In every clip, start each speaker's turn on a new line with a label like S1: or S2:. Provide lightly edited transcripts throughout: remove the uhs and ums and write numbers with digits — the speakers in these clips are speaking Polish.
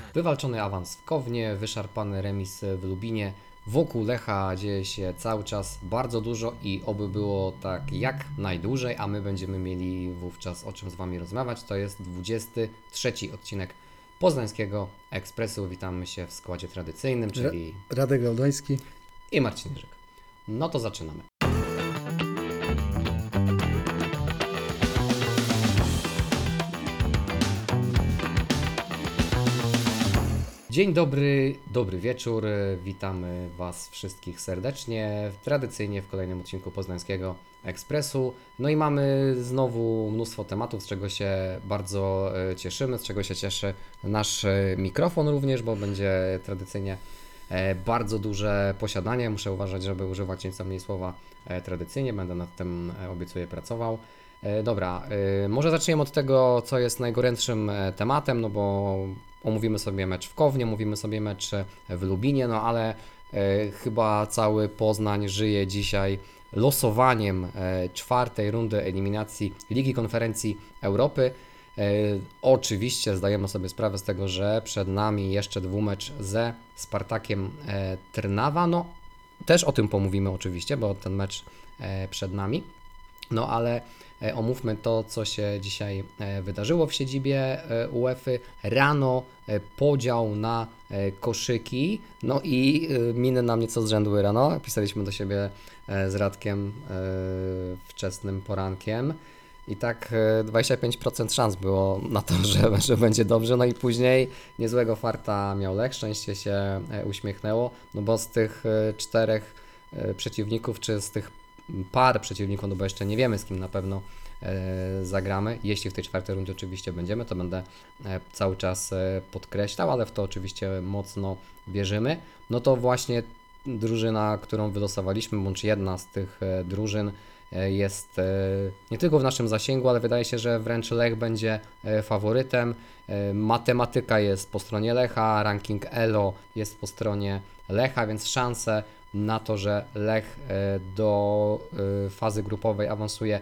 S1: Wywalczony awans w Kownie, wyszarpany remis w Lubinie. Wokół Lecha dzieje się cały czas bardzo dużo i oby było tak jak najdłużej, a my będziemy mieli wówczas o czym z Wami rozmawiać. To jest 23 odcinek Poznańskiego Ekspresu. Witamy się w składzie tradycyjnym, czyli
S2: Radek Gałdoński
S1: i Marcin Jerzyk. No to zaczynamy. Dzień dobry, dobry wieczór. Witamy Was wszystkich serdecznie, tradycyjnie w kolejnym odcinku Poznańskiego Ekspresu. No i mamy znowu mnóstwo tematów, z czego się bardzo cieszymy, z czego się cieszy nasz mikrofon również, bo będzie tradycyjnie bardzo duże posiadanie. Muszę uważać, żeby używać nieco mniej słowa tradycyjnie, będę nad tym, obiecuję, pracował. Dobra, może zaczniemy od tego, co jest najgorętszym tematem, no bo omówimy sobie mecz w Kownie, omówimy sobie mecz w Lubinie, no ale chyba cały Poznań żyje dzisiaj losowaniem czwartej rundy eliminacji Ligi Konferencji Europy. Oczywiście zdajemy sobie sprawę z tego, że przed nami jeszcze dwumecz ze Spartakiem Trnawa, no też o tym pomówimy oczywiście, bo ten mecz przed nami, no ale omówmy to, co się dzisiaj wydarzyło w siedzibie UEFA. Rano podział na koszyki, no i miny nam nieco zrzędły rano. Pisaliśmy do siebie z Radkiem wczesnym porankiem i tak 25% szans było na to, że będzie dobrze, no i później niezłego farta miał Lech, szczęście się uśmiechnęło, no bo z tych czterech przeciwników, czy z tych par przeciwników, no bo jeszcze nie wiemy, z kim na pewno zagramy. Jeśli w tej czwartej rundzie oczywiście będziemy, to będę cały czas podkreślał, ale w to oczywiście mocno wierzymy. No to właśnie drużyna, którą wylosowaliśmy, bądź jedna z tych drużyn jest nie tylko w naszym zasięgu, ale wydaje się, że wręcz Lech będzie faworytem. Matematyka jest po stronie Lecha, ranking ELO jest po stronie Lecha, więc szanse na to, że Lech do fazy grupowej awansuje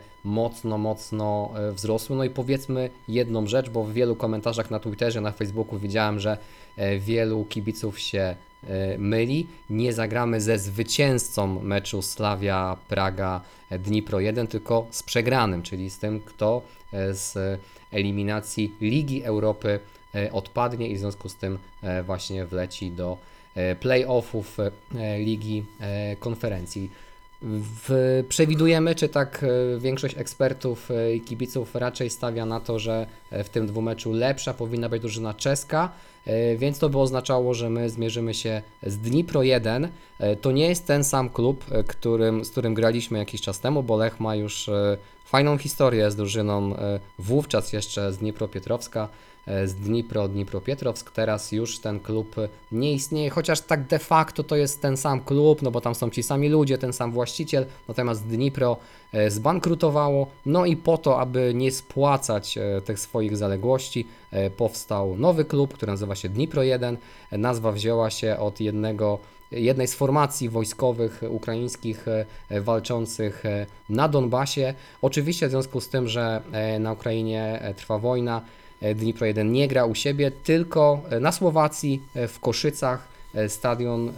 S1: mocno wzrosły. No i powiedzmy jedną rzecz, bo w wielu komentarzach na Twitterze, na Facebooku widziałem, że wielu kibiców się myli. Nie zagramy ze zwycięzcą meczu Slavia Praga Dnipro 1, tylko z przegranym, czyli z tym, kto z eliminacji Ligi Europy odpadnie i w związku z tym właśnie wleci do play-offów Ligi Konferencji. Przewidujemy, czy tak większość ekspertów i kibiców raczej stawia na to, że w tym dwumeczu lepsza powinna być drużyna czeska, więc to by oznaczało, że my zmierzymy się z Dnipro 1. To nie jest ten sam klub, z którym graliśmy jakiś czas temu, bo Lech ma już fajną historię z drużyną wówczas jeszcze z Dniepropietrowska, z Dnipropietrowsk. Teraz już ten klub nie istnieje, chociaż tak de facto to jest ten sam klub, no bo tam są ci sami ludzie, ten sam właściciel, natomiast Dnipro zbankrutowało, no i po to, aby nie spłacać tych swoich zaległości, powstał nowy klub, który nazywa się Dnipro 1. Nazwa wzięła się od jednej z formacji wojskowych ukraińskich walczących na Donbasie. Oczywiście w związku z tym, że na Ukrainie trwa wojna, Dnipro 1 nie gra u siebie, tylko na Słowacji, w Koszycach, stadion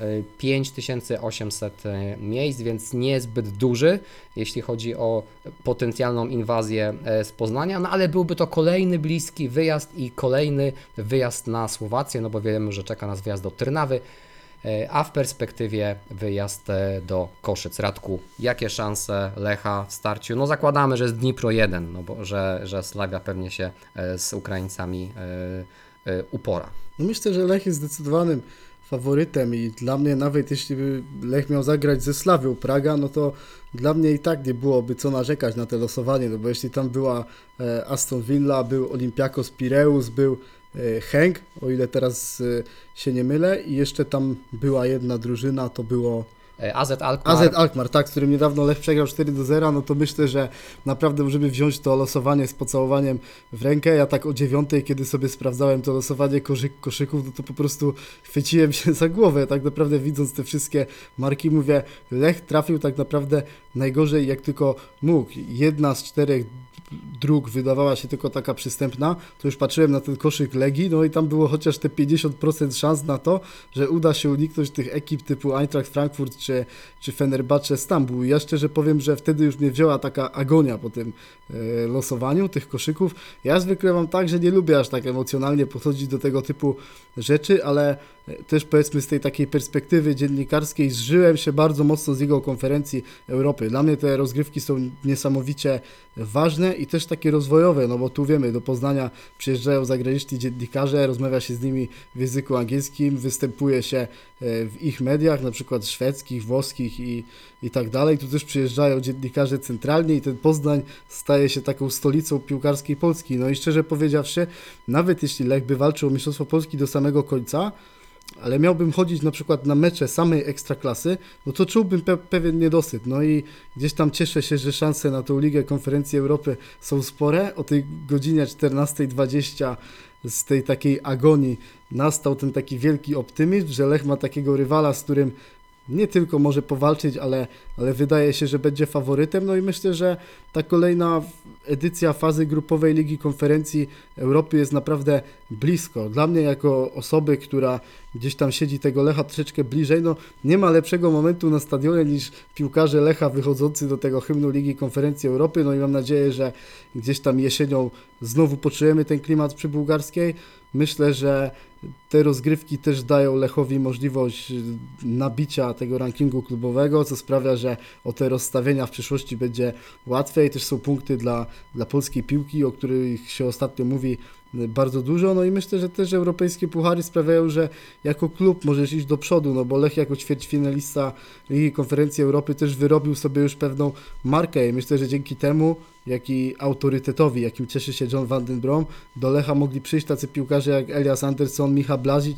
S1: 5800 miejsc, więc niezbyt duży, jeśli chodzi o potencjalną inwazję z Poznania, no ale byłby to kolejny bliski wyjazd i kolejny wyjazd na Słowację, no bo wiemy, że czeka nas wyjazd do Trnawy, a w perspektywie wyjazd do Koszyc. Radku, jakie szanse Lecha w starciu? No zakładamy, że z Dnipro 1, no bo że Slavia pewnie się z Ukraińcami upora.
S2: No myślę, że Lech jest zdecydowanym faworytem i dla mnie nawet jeśli by Lech miał zagrać ze Slawią Praga, no to dla mnie i tak nie byłoby co narzekać na to losowanie, no bo jeśli tam była Aston Villa, był Olympiakos Pireus, był Henk, o ile teraz się nie mylę, i jeszcze tam była jedna drużyna, to było
S1: AZ Alkmaar.
S2: AZ Alkmaar, tak, z którym niedawno Lech przegrał 4-0, no to myślę, że naprawdę możemy wziąć to losowanie z pocałowaniem w rękę. Ja tak o 9:00, kiedy sobie sprawdzałem to losowanie koszyków, no to po prostu chwyciłem się za głowę. Tak naprawdę widząc te wszystkie marki, mówię, Lech trafił tak naprawdę najgorzej jak tylko mógł. Jedna z czterech dróg wydawała się tylko taka przystępna, to już patrzyłem na ten koszyk Legii, no i tam było chociaż te 50% szans na to, że uda się uniknąć tych ekip typu Eintracht Frankfurt czy Fenerbahce Stambuł. Ja szczerze powiem, że wtedy już mnie wzięła taka agonia po tym losowaniu tych koszyków. Ja zwykle mam tak, że nie lubię aż tak emocjonalnie podchodzić do tego typu rzeczy, ale też powiedzmy z tej takiej perspektywy dziennikarskiej zżyłem się bardzo mocno z Ligą Konferencji Europy. Dla mnie te rozgrywki są niesamowicie ważne i też takie rozwojowe, no bo tu wiemy, do Poznania przyjeżdżają zagraniczni dziennikarze, rozmawia się z nimi w języku angielskim, występuje się w ich mediach, na przykład szwedzkich, włoskich i tak dalej. Tu też przyjeżdżają dziennikarze centralnie i ten Poznań staje się taką stolicą piłkarskiej Polski. No i szczerze powiedziawszy, nawet jeśli Lech by walczył o Mistrzostwo Polski do samego końca, ale miałbym chodzić na przykład na mecze samej Ekstraklasy, no to czułbym pewien niedosyt. No i gdzieś tam cieszę się, że szanse na tą Ligę Konferencji Europy są spore. O tej godzinie 14:20 z tej takiej agonii nastał ten taki wielki optymizm, że Lech ma takiego rywala, z którym nie tylko może powalczyć, ale wydaje się, że będzie faworytem. No i myślę, że ta kolejna edycja fazy grupowej Ligi Konferencji Europy jest naprawdę blisko. Dla mnie jako osoby, która gdzieś tam siedzi tego Lecha troszeczkę bliżej, no nie ma lepszego momentu na stadionie niż piłkarze Lecha wychodzący do tego hymnu Ligi Konferencji Europy. No i mam nadzieję, że gdzieś tam jesienią znowu poczujemy ten klimat przy bułgarskiej. Myślę, że te rozgrywki też dają Lechowi możliwość nabicia tego rankingu klubowego, co sprawia, że o te rozstawienia w przyszłości będzie łatwiej. Też są punkty dla polskiej piłki, o których się ostatnio mówi bardzo dużo, no i myślę, że też europejskie puchary sprawiają, że jako klub możesz iść do przodu, no bo Lech jako ćwierćfinalista Ligi Konferencji Europy też wyrobił sobie już pewną markę i myślę, że dzięki temu, jak i autorytetowi, jakim cieszy się John van den Brom, do Lecha mogli przyjść tacy piłkarze jak Elias Anderson, Micha Blažić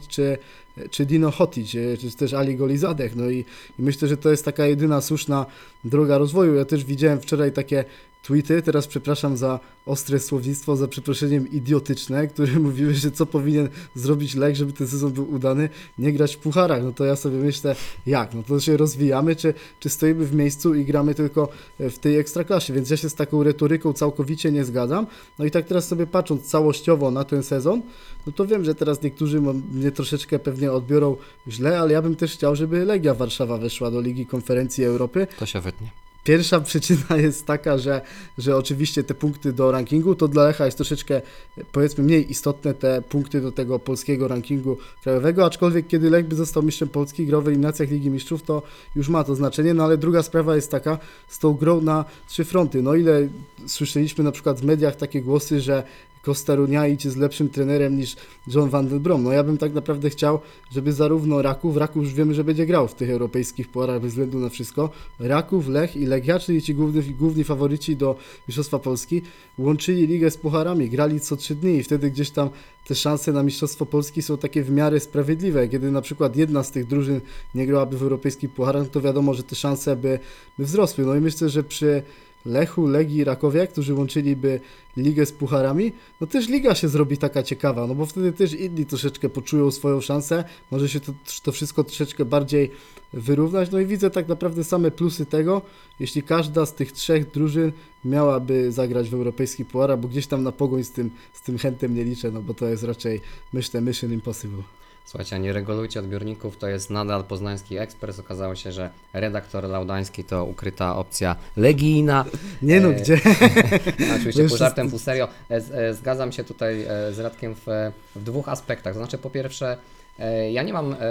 S2: czy Dino Hotić, czy też Ali Golizadeh, no i myślę, że to jest taka jedyna słuszna droga rozwoju. Ja też widziałem wczoraj takie tweety, teraz przepraszam za ostre słownictwo, za przeproszeniem idiotyczne, które mówiły, że co powinien zrobić Lech, żeby ten sezon był udany, nie grać w pucharach. No to ja sobie myślę, jak? No to się rozwijamy, czy stoimy w miejscu i gramy tylko w tej ekstraklasie, więc ja się z taką retoryką całkowicie nie zgadzam. No i tak teraz sobie patrząc całościowo na ten sezon, no to wiem, że teraz niektórzy mnie troszeczkę pewnie odbiorą źle, ale ja bym też chciał, żeby Legia Warszawa weszła do Ligi Konferencji Europy.
S1: To się wytnie.
S2: Pierwsza przyczyna jest taka, że oczywiście te punkty do rankingu to dla Lecha jest troszeczkę, powiedzmy, mniej istotne te punkty do tego polskiego rankingu krajowego, aczkolwiek kiedy Lech by został mistrzem Polski, grał w eliminacjach Ligi Mistrzów, to już ma to znaczenie, no ale druga sprawa jest taka, z tą grą na 3 fronty. No ile słyszeliśmy na przykład w mediach takie głosy, że Kostaruniai jest lepszym trenerem niż John van den Brom. No ja bym tak naprawdę chciał, żeby zarówno Raków już wiemy, że będzie grał w tych europejskich pucharach bez względu na wszystko, Raków, Lech i Legia, czyli ci główni faworyci do Mistrzostwa Polski, łączyli ligę z pucharami, grali co 3 dni i wtedy gdzieś tam te szanse na Mistrzostwo Polski są takie w miarę sprawiedliwe. Kiedy na przykład jedna z tych drużyn nie grałaby w europejskich pucharach, to wiadomo, że te szanse by wzrosły. No i myślę, że przy Lechu, Legii i Rakowie, którzy łączyliby ligę z pucharami, no też liga się zrobi taka ciekawa, no bo wtedy też inni troszeczkę poczują swoją szansę, może się to wszystko troszeczkę bardziej wyrównać, no i widzę tak naprawdę same plusy tego, jeśli każda z tych 3 drużyn miałaby zagrać w europejski puchar, bo gdzieś tam na pogoń z tym chętem nie liczę, no bo to jest raczej, myślę, mission impossible.
S1: Słuchajcie, nie regulujcie odbiorników, to jest nadal Poznański Ekspres. Okazało się, że redaktor Laudański to ukryta opcja legijna.
S2: Nie no, gdzie?
S1: Oczywiście pół żartem, pół serio. Zgadzam się tutaj z Radkiem w 2 aspektach. To znaczy, po pierwsze, ja nie mam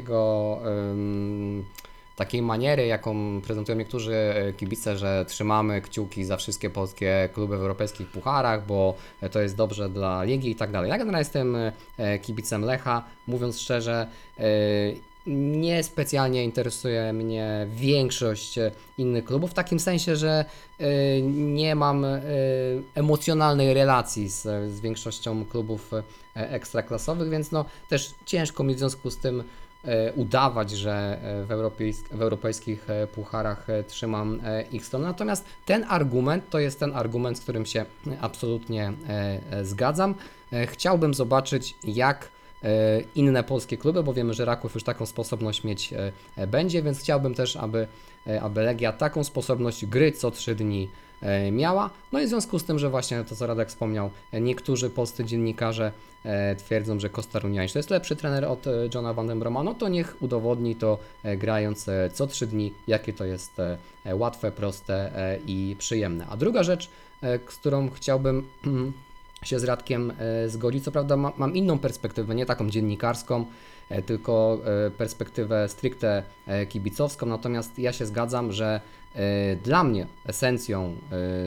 S1: takiej maniery, jaką prezentują niektórzy kibice, że trzymamy kciuki za wszystkie polskie kluby w europejskich pucharach, bo to jest dobrze dla ligi i tak dalej. Ja generalnie jestem kibicem Lecha, mówiąc szczerze, nie specjalnie interesuje mnie większość innych klubów, w takim sensie, że nie mam emocjonalnej relacji z większością klubów ekstraklasowych, więc no też ciężko mi w związku z tym udawać, że w europejskich pucharach trzymam ich stronę. Natomiast ten argument to jest ten argument, z którym się absolutnie zgadzam. Chciałbym zobaczyć, jak inne polskie kluby, bo wiemy, że Raków już taką sposobność mieć będzie, więc chciałbym też, aby Legia taką sposobność gry co 3 dni miała. No i w związku z tym, że właśnie to, co Radek wspomniał, niektórzy polscy dziennikarze twierdzą, że Kostaruniańczyk to jest lepszy trener od Johna Van den Broma, no to niech udowodni to grając co 3 dni, jakie to jest łatwe, proste i przyjemne. A druga rzecz, z którą chciałbym się z Radkiem zgodzić, co prawda mam inną perspektywę, nie taką dziennikarską, tylko perspektywę stricte kibicowską, natomiast ja się zgadzam, że dla mnie esencją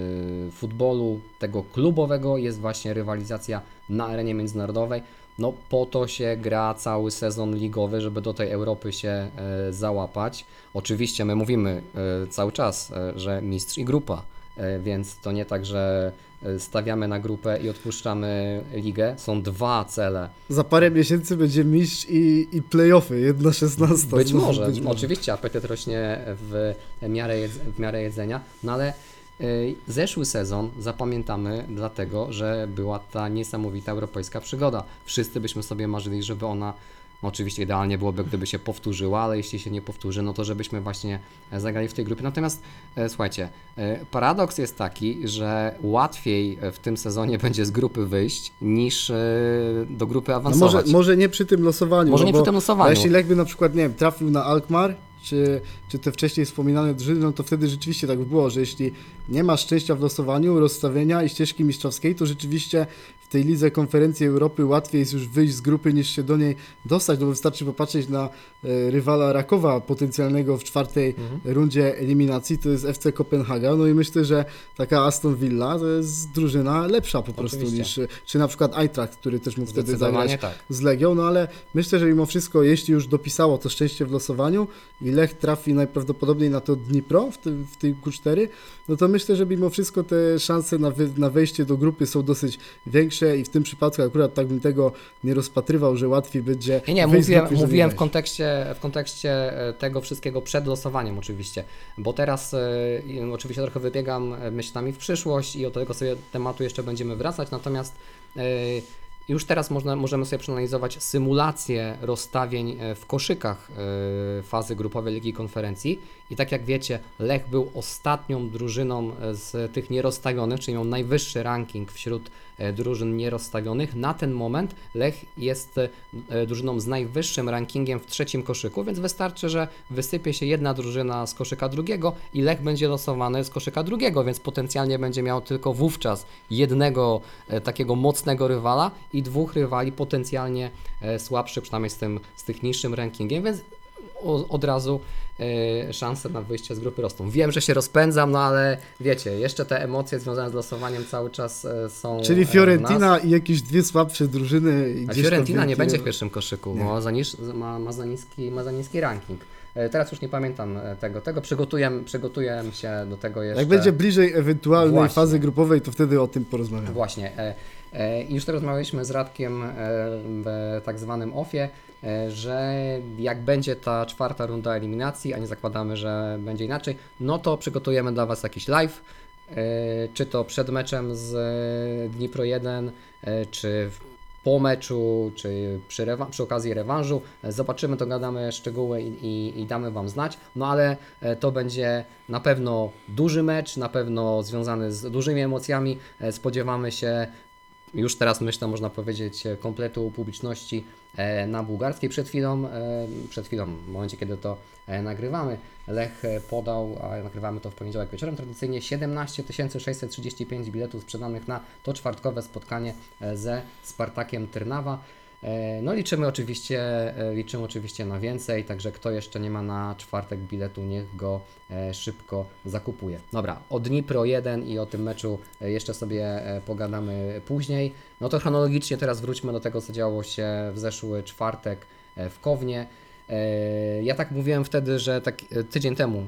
S1: futbolu tego klubowego jest właśnie rywalizacja na arenie międzynarodowej. No po to się gra cały sezon ligowy, żeby do tej Europy się załapać. Oczywiście my mówimy cały czas, że mistrz i grupa, więc to nie tak, że stawiamy na grupę i odpuszczamy ligę. Są 2 cele.
S2: Za parę miesięcy będzie mistrz i play-offy, 1/16.
S1: Być może, oczywiście apetyt rośnie w miarę jedzenia, no ale zeszły sezon zapamiętamy dlatego, że była ta niesamowita europejska przygoda. Wszyscy byśmy sobie marzyli, żeby ona, oczywiście idealnie byłoby, gdyby się powtórzyła, ale jeśli się nie powtórzy, no to żebyśmy właśnie zagrali w tej grupie. Natomiast słuchajcie, paradoks jest taki, że łatwiej w tym sezonie będzie z grupy wyjść, niż do grupy awansować.
S2: No może nie przy tym losowaniu.
S1: Może nie przy tym losowaniu.
S2: Jeśli Lech by na przykład, nie wiem, trafił na Alkmaar, czy te wcześniej wspominane drużyny, no to wtedy rzeczywiście tak by było, że jeśli nie ma szczęścia w losowaniu, rozstawienia i ścieżki mistrzowskiej, to rzeczywiście w tej lidze konferencji Europy łatwiej jest już wyjść z grupy niż się do niej dostać, no bo wystarczy popatrzeć na rywala Rakowa potencjalnego w 4. rundzie eliminacji, to jest FC Kopenhaga, no i myślę, że taka Aston Villa to jest drużyna lepsza po prostu niż, czy na przykład Eintracht, który też mógł wtedy zagrać z Legią, no ale myślę, że mimo wszystko, jeśli już dopisało to szczęście w losowaniu i Lech trafi najprawdopodobniej na to Dnipro w tej Q4, no to myślę, że mimo wszystko te szanse na wejście do grupy są dosyć większe i w tym przypadku akurat tak bym tego nie rozpatrywał, że łatwiej będzie
S1: mówiłem w kontekście tego wszystkiego przed losowaniem oczywiście, bo teraz oczywiście trochę wybiegam myślami w przyszłość i do tego sobie tematu jeszcze będziemy wracać, natomiast już teraz możemy sobie przeanalizować symulację rozstawień w koszykach fazy grupowej Ligi Konferencji i tak jak wiecie, Lech był ostatnią drużyną z tych nierozstawionych, czyli miał najwyższy ranking wśród drużyn nierozstawionych. Na ten moment Lech jest drużyną z najwyższym rankingiem w 3. koszyku, więc wystarczy, że wysypie się jedna drużyna z koszyka drugiego i Lech będzie losowany z koszyka drugiego, więc potencjalnie będzie miał tylko wówczas jednego takiego mocnego rywala i 2 rywali potencjalnie słabszych, przynajmniej z tych niższym rankingiem, więc od razu szanse na wyjście z grupy rosną. Wiem, że się rozpędzam, no ale wiecie, jeszcze te emocje związane z losowaniem cały czas są.
S2: Czyli Fiorentina i jakieś 2 słabsze drużyny.
S1: A Fiorentina nie będzie w pierwszym koszyku, bo ma za niski ranking. Teraz już nie pamiętam tego. Przygotuję się do tego jeszcze.
S2: Jak będzie bliżej ewentualnej fazy grupowej, to wtedy o tym porozmawiamy.
S1: Właśnie. I już teraz rozmawialiśmy z Radkiem w tak zwanym offie, że jak będzie ta 4. runda eliminacji, a nie zakładamy, że będzie inaczej, no to przygotujemy dla Was jakiś live, czy to przed meczem z Dnipro 1, czy po meczu, czy przy okazji rewanżu. Zobaczymy, dogadamy szczegóły i damy Wam znać, no ale to będzie na pewno duży mecz, na pewno związany z dużymi emocjami. Spodziewamy się już teraz, myślę, można powiedzieć, kompletu publiczności na bułgarskiej. Przed chwilą, w momencie kiedy to nagrywamy, Lech podał, a nagrywamy to w poniedziałek wieczorem, tradycyjnie 17 635 biletów sprzedanych na to czwartkowe spotkanie ze Spartakiem Trnawa. No liczymy oczywiście na więcej, także kto jeszcze nie ma na czwartek biletu, niech go szybko zakupuje. Dobra, o Dnipro 1 i o tym meczu jeszcze sobie pogadamy później. No to chronologicznie teraz wróćmy do tego, co działo się w zeszły czwartek w Kownie. Ja tak mówiłem wtedy, że tak tydzień temu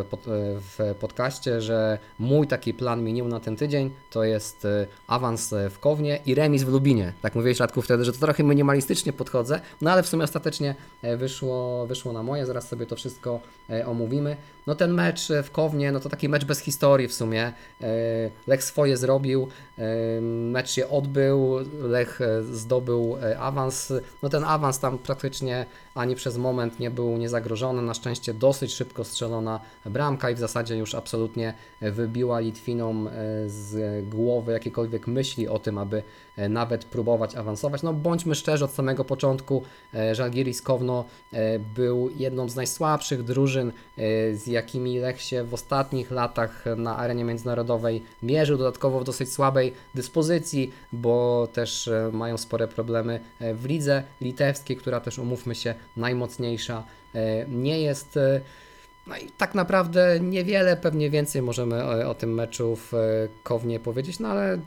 S1: w podcaście, że mój taki plan minął na ten tydzień to jest awans w Kownie i remis w Lubinie. Tak mówiłeś, Radku, wtedy, że to trochę minimalistycznie podchodzę, no ale w sumie ostatecznie wyszło na moje, zaraz sobie to wszystko omówimy. No ten mecz w Kownie, no to taki mecz bez historii w sumie. Lech swoje zrobił, mecz się odbył, Lech zdobył awans. No ten awans tam praktycznie ani przez moment moment nie był niezagrożony. Na szczęście dosyć szybko strzelona bramka i w zasadzie już absolutnie wybiła Litwinom z głowy jakiekolwiek myśli o tym, aby nawet próbować awansować. No bądźmy szczerzy, od samego początku Žalgiris Kowno był jedną z najsłabszych drużyn, z jakimi Lech się w ostatnich latach na arenie międzynarodowej mierzył, dodatkowo w dosyć słabej dyspozycji, bo też mają spore problemy w lidze litewskiej, która też, umówmy się, najmocniejsza nie jest. No i tak naprawdę niewiele, pewnie więcej możemy o tym meczu w Kownie powiedzieć, no ale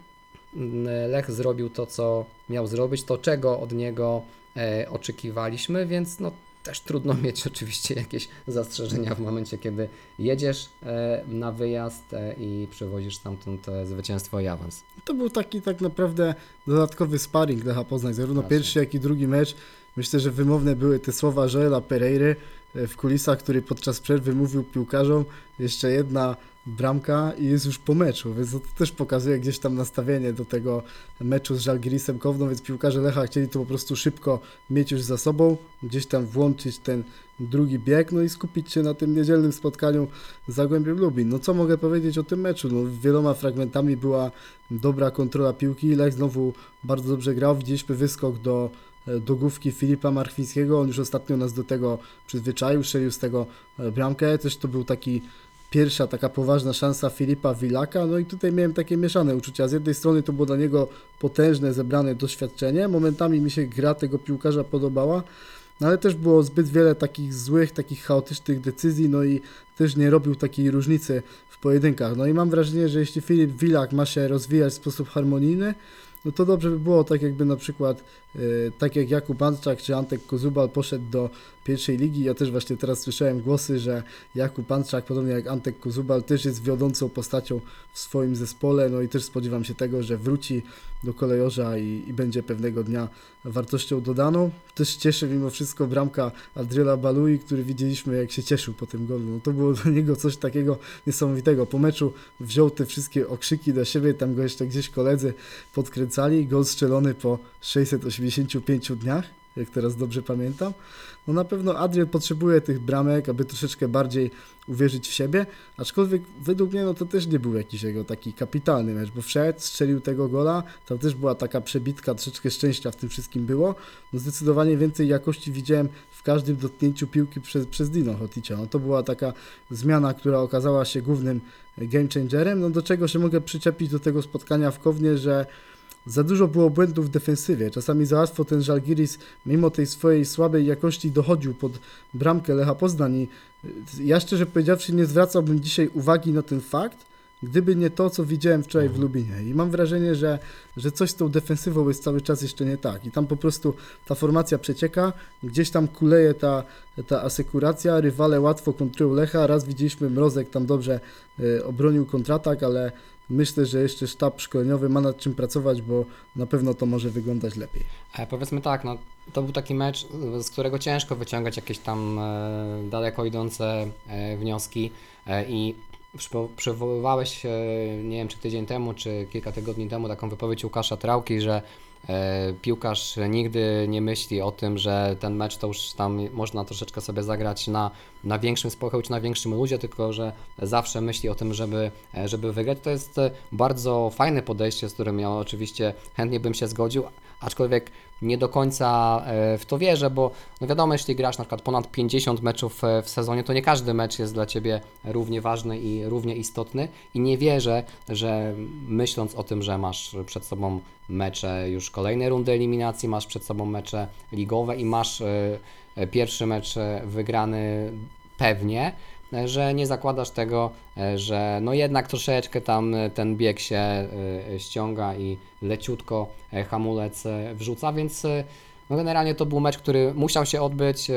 S1: Lech zrobił to, co miał zrobić, to czego od niego oczekiwaliśmy, więc no też trudno mieć oczywiście jakieś zastrzeżenia w momencie, kiedy jedziesz na wyjazd i przywozisz stamtąd zwycięstwo i awans.
S2: To był taki tak naprawdę dodatkowy sparring Lecha Poznań, zarówno
S1: Właśnie.
S2: pierwszy, jak i drugi mecz. Myślę, że wymowne były te słowa Joela Pereiry w kulisach, który podczas przerwy mówił piłkarzom: jeszcze jedna bramka i jest już po meczu, więc to też pokazuje gdzieś tam nastawienie do tego meczu z Žalgirisem Kowno, więc piłkarze Lecha chcieli to po prostu szybko mieć już za sobą, gdzieś tam włączyć ten drugi bieg, no i skupić się na tym niedzielnym spotkaniu z Zagłębiem Lubin. No co mogę powiedzieć o tym meczu? No wieloma fragmentami była dobra kontrola piłki, Lech znowu bardzo dobrze grał, widzieliśmy wyskok do główki Filipa Marchwińskiego, on już ostatnio nas do tego przyzwyczaił, strzelił z tego bramkę, też to był pierwsza taka poważna szansa Filipa Wilaka, no i tutaj miałem takie mieszane uczucia. Z jednej strony to było dla niego potężne, zebrane doświadczenie, momentami mi się gra tego piłkarza podobała, no ale też było zbyt wiele takich złych, takich chaotycznych decyzji, no i też nie robił takiej różnicy w pojedynkach. No i mam wrażenie, że jeśli Filip Wilak ma się rozwijać w sposób harmonijny, no to dobrze by było, tak jakby na przykład tak jak Jakub Antczak czy Antek Kozubal poszedł do pierwszej ligi. Ja też właśnie teraz słyszałem głosy, że Jakub Antczak, podobnie jak Antek Kozubal, też jest wiodącą postacią w swoim zespole, no i też spodziewam się tego, że wróci do Kolejorza i będzie pewnego dnia wartością dodaną. Też cieszy mimo wszystko bramka Adriela Balui, który widzieliśmy, jak się cieszył po tym golu. No to było dla niego coś takiego niesamowitego. Po meczu wziął te wszystkie okrzyki do siebie, tam go jeszcze gdzieś koledzy podkręcali. Gol strzelony po 685 dniach, jak teraz dobrze pamiętam. No na pewno Adriel potrzebuje tych bramek, aby troszeczkę bardziej uwierzyć w siebie, aczkolwiek według mnie no to też nie był jakiś jego taki kapitalny mecz, bo wszedł, strzelił tego gola, tam też była taka przebitka, troszeczkę szczęścia w tym wszystkim było. No zdecydowanie więcej jakości widziałem w każdym dotknięciu piłki przez Dino Hoticia. No to była taka zmiana, która okazała się głównym game changerem, no do czego się mogę przyczepić do tego spotkania w Kownie, że za dużo było błędów w defensywie. Czasami za łatwo ten Žalgiris, mimo tej swojej słabej jakości, dochodził pod bramkę Lecha Poznań i ja szczerze powiedziawszy nie zwracałbym dzisiaj uwagi na ten fakt, gdyby nie to, co widziałem wczoraj w Lubinie. I mam wrażenie, że coś z tą defensywą jest cały czas jeszcze nie tak. I tam po prostu ta formacja przecieka, gdzieś tam kuleje ta asekuracja, rywale łatwo kontrują Lecha. Raz widzieliśmy, Mrozek tam dobrze obronił kontratak, ale myślę, że jeszcze sztab szkoleniowy ma nad czym pracować, bo na pewno to może wyglądać lepiej.
S1: Powiedzmy tak, no to był taki mecz, z którego ciężko wyciągać jakieś tam daleko idące wnioski i przywoływałeś, nie wiem czy tydzień temu, czy kilka tygodni temu, taką wypowiedź Łukasza Trałki, że piłkarz nigdy nie myśli o tym, że ten mecz to już tam można troszeczkę sobie zagrać na większym spokoju czy na większym luzie, tylko że zawsze myśli o tym, żeby wygrać. To jest bardzo fajne podejście, z którym ja oczywiście chętnie bym się zgodził, aczkolwiek nie do końca w to wierzę, bo no wiadomo, jeśli grasz na przykład ponad 50 meczów w sezonie, to nie każdy mecz jest dla Ciebie równie ważny i równie istotny i nie wierzę, że myśląc o tym, że masz przed sobą mecze już kolejnej rundy eliminacji, masz przed sobą mecze ligowe i masz pierwszy mecz wygrany pewnie, że nie zakładasz tego, że no jednak troszeczkę tam ten bieg się ściąga i leciutko hamulec wrzuca, więc no generalnie to był mecz, który musiał się odbyć,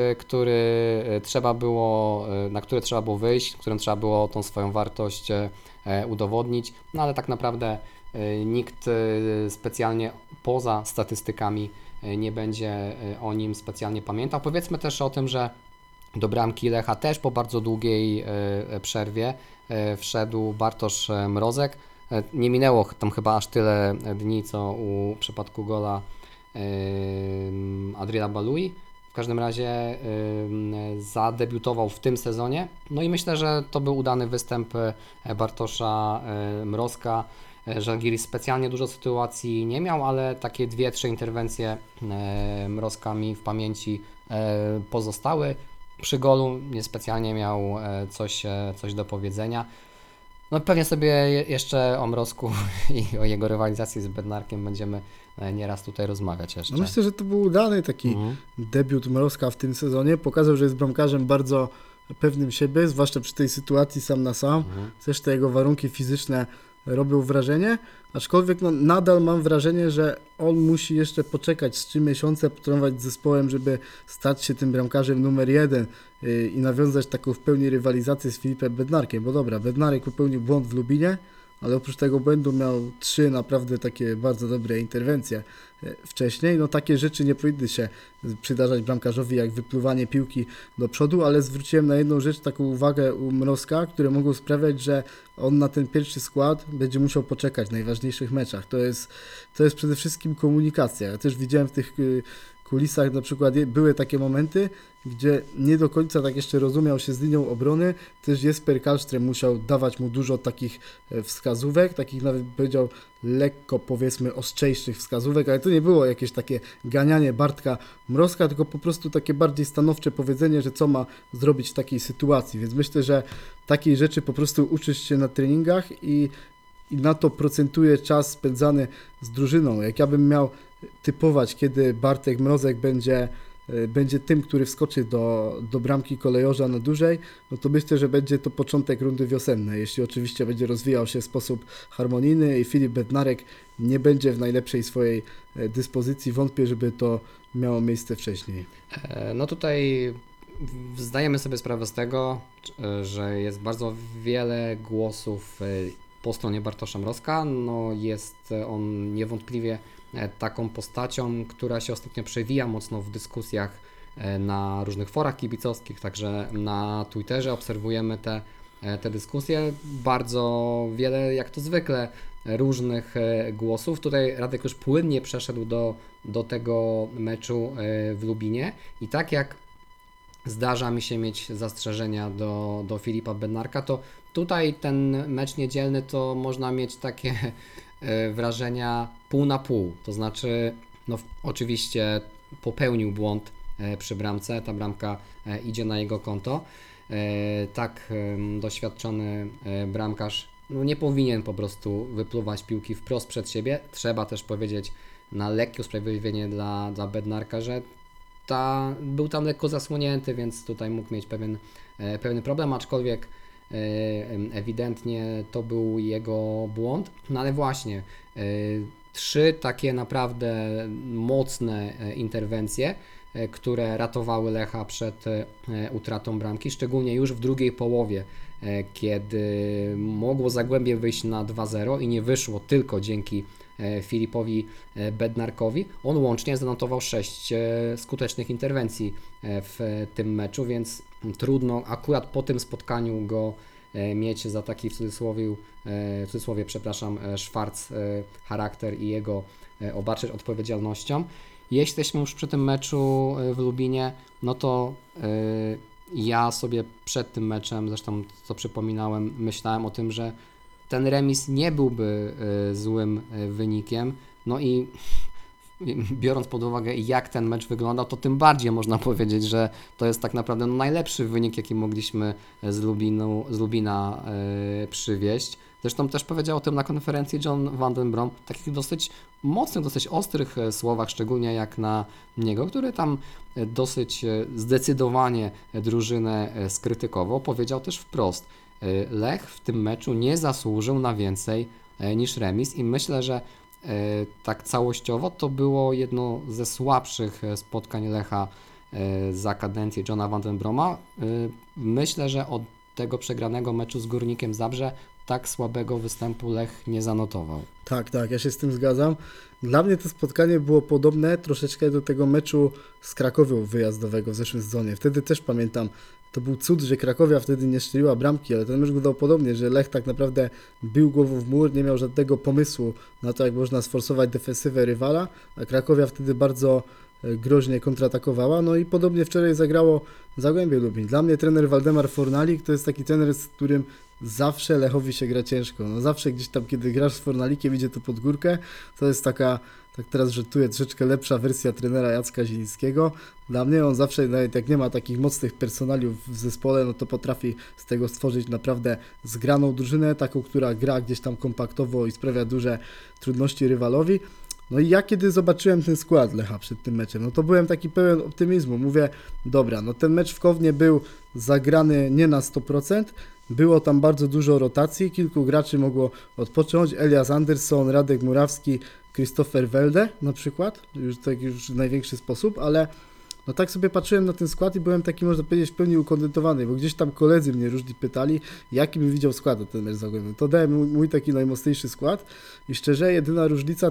S1: na który trzeba było wyjść, w którym trzeba było tą swoją wartość udowodnić, no ale tak naprawdę nikt specjalnie poza statystykami nie będzie o nim specjalnie pamiętał. Powiedzmy też o tym, że do bramki Lecha też po bardzo długiej przerwie wszedł Bartosz Mrozek. Nie minęło tam chyba aż tyle dni, co w przypadku gola Adriela Balui. w każdym razie zadebiutował w tym sezonie. No i myślę, że to był udany występ Bartosza Mrozka. Żalgiris specjalnie dużo sytuacji nie miał, ale takie 2-3 interwencje Mrozka mi w pamięci pozostały. Przy golu niespecjalnie miał coś do powiedzenia. No pewnie sobie jeszcze o Mrozku i o jego rywalizacji z Bednarkiem będziemy nieraz tutaj rozmawiać jeszcze.
S2: No myślę, że to był udany taki debiut Mrozka w tym sezonie. Pokazał, że jest bramkarzem bardzo pewnym siebie, zwłaszcza przy tej sytuacji sam na sam. Też te jego warunki fizyczne robią wrażenie, aczkolwiek no, nadal mam wrażenie, że on musi jeszcze poczekać z 3 miesiące, potrenować z zespołem, żeby stać się tym bramkarzem numer 1 i nawiązać taką w pełni rywalizację z Filipem Bednarkiem, bo dobra, Bednarek popełnił błąd w Lubinie, ale oprócz tego błędu miał 3 naprawdę takie bardzo dobre interwencje wcześniej. No takie rzeczy nie powinny się przydarzać bramkarzowi jak wypluwanie piłki do przodu, ale zwróciłem na jedną rzecz taką uwagę u Mrozka, które mogą sprawiać, że on na ten pierwszy skład będzie musiał poczekać w najważniejszych meczach. To jest przede wszystkim komunikacja. Ja też widziałem w tych kulisach na przykład były takie momenty, gdzie nie do końca tak jeszcze rozumiał się z linią obrony. Też Jesper Karlström musiał dawać mu dużo takich wskazówek, takich nawet powiedział lekko powiedzmy ostrzejszych wskazówek, ale to nie było jakieś takie ganianie Bartka Mrozka, tylko po prostu takie bardziej stanowcze powiedzenie, że co ma zrobić w takiej sytuacji. Więc myślę, że takiej rzeczy po prostu uczysz się na treningach i na to procentuje czas spędzany z drużyną. Jak ja bym miał typować, kiedy Bartek Mrozek będzie tym, który wskoczy do bramki kolejorza na dłużej, no to myślę, że będzie to początek rundy wiosennej, jeśli oczywiście będzie rozwijał się w sposób harmonijny i Filip Bednarek nie będzie w najlepszej swojej dyspozycji, wątpię, żeby to miało miejsce wcześniej.
S1: No tutaj zdajemy sobie sprawę z tego, że jest bardzo wiele głosów po stronie Bartosza Mrozka. No jest on niewątpliwie taką postacią, która się ostatnio przewija mocno w dyskusjach na różnych forach kibicowskich, także na Twitterze obserwujemy te dyskusje. Bardzo wiele, jak to zwykle, różnych głosów. Tutaj Radek już płynnie przeszedł do tego meczu w Lubinie i tak jak zdarza mi się mieć zastrzeżenia do Filipa Bednarka, to tutaj ten mecz niedzielny to można mieć takie wrażenia pół na pół, to znaczy no oczywiście popełnił błąd przy bramce, ta bramka idzie na jego konto, tak doświadczony bramkarz no nie powinien po prostu wypluwać piłki wprost przed siebie, trzeba też powiedzieć na lekkie usprawiedliwienie dla Bednarka, że był tam lekko zasłonięty, więc tutaj mógł mieć pewien problem, aczkolwiek ewidentnie to był jego błąd. No ale właśnie 3 takie naprawdę mocne interwencje, które ratowały Lecha przed utratą bramki, szczególnie już w drugiej połowie, kiedy mogło Zagłębie wyjść na 2-0 i nie wyszło tylko dzięki Filipowi Bednarkowi. On łącznie zanotował 6 skutecznych interwencji w tym meczu, więc trudno akurat po tym spotkaniu go mieć za taki w cudzysłowie, Schwarz charakter i jego obarczyć odpowiedzialnością. Jeśli jesteśmy już przy tym meczu w Lubinie, no to ja sobie przed tym meczem, zresztą co przypominałem, myślałem o tym, że ten remis nie byłby złym wynikiem, no i biorąc pod uwagę jak ten mecz wyglądał, to tym bardziej można powiedzieć, że to jest tak naprawdę najlepszy wynik, jaki mogliśmy z Lubina przywieźć. Zresztą też powiedział o tym na konferencji John Van den Brom, w takich dosyć mocnych, dosyć ostrych słowach, szczególnie jak na niego, który tam dosyć zdecydowanie drużynę skrytykował. Powiedział też wprost, Lech w tym meczu nie zasłużył na więcej niż remis i myślę, że tak całościowo to było jedno ze słabszych spotkań Lecha za kadencję Johna Van den Broma. Myślę, że od tego przegranego meczu z Górnikiem Zabrze tak słabego występu Lech nie zanotował.
S2: Tak, ja się z tym zgadzam. Dla mnie to spotkanie było podobne troszeczkę do tego meczu z Krakowią wyjazdowego w zeszłym sezonie. Wtedy też pamiętam, to był cud, że Krakowia wtedy nie strzeliła bramki, ale ten mecz wyglądał podobnie, że Lech tak naprawdę bił głową w mur, nie miał żadnego pomysłu na to, jak można sforsować defensywę rywala, a Krakowia wtedy bardzo groźnie kontratakowała. No i podobnie wczoraj zagrało Zagłębie Lubin. Dla mnie trener Waldemar Fornalik to jest taki trener, z którym zawsze Lechowi się gra ciężko. No zawsze gdzieś tam, kiedy grasz z Fornalikiem, idzie to pod górkę. To jest taka, tak teraz żartuję, troszeczkę lepsza wersja trenera Jacka Zielińskiego. Dla mnie on zawsze, nawet jak nie ma takich mocnych personaliów w zespole, no to potrafi z tego stworzyć naprawdę zgraną drużynę, taką, która gra gdzieś tam kompaktowo i sprawia duże trudności rywalowi. No i ja kiedy zobaczyłem ten skład Lecha przed tym meczem, no to byłem taki pełen optymizmu. Mówię, dobra, no ten mecz w Kownie był zagrany nie na 100%, było tam bardzo dużo rotacji, kilku graczy mogło odpocząć, Elias Anderson, Radek Murawski, Christopher Welde na przykład, już w największy sposób, ale no tak sobie patrzyłem na ten skład i byłem taki, można powiedzieć, w pełni ukontentowany, bo gdzieś tam koledzy mnie różni pytali, jaki bym widział skład na ten mecz Zagłębia. To dałem mój taki najmocniejszy skład i szczerze, jedyna różnica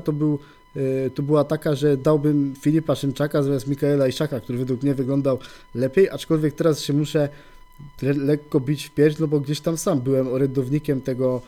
S2: to była taka, że dałbym Filipa Szymczaka zamiast Mikaela Iszaka, który według mnie wyglądał lepiej, aczkolwiek teraz się muszę lekko bić w pierś, no bo gdzieś tam sam byłem orędownikiem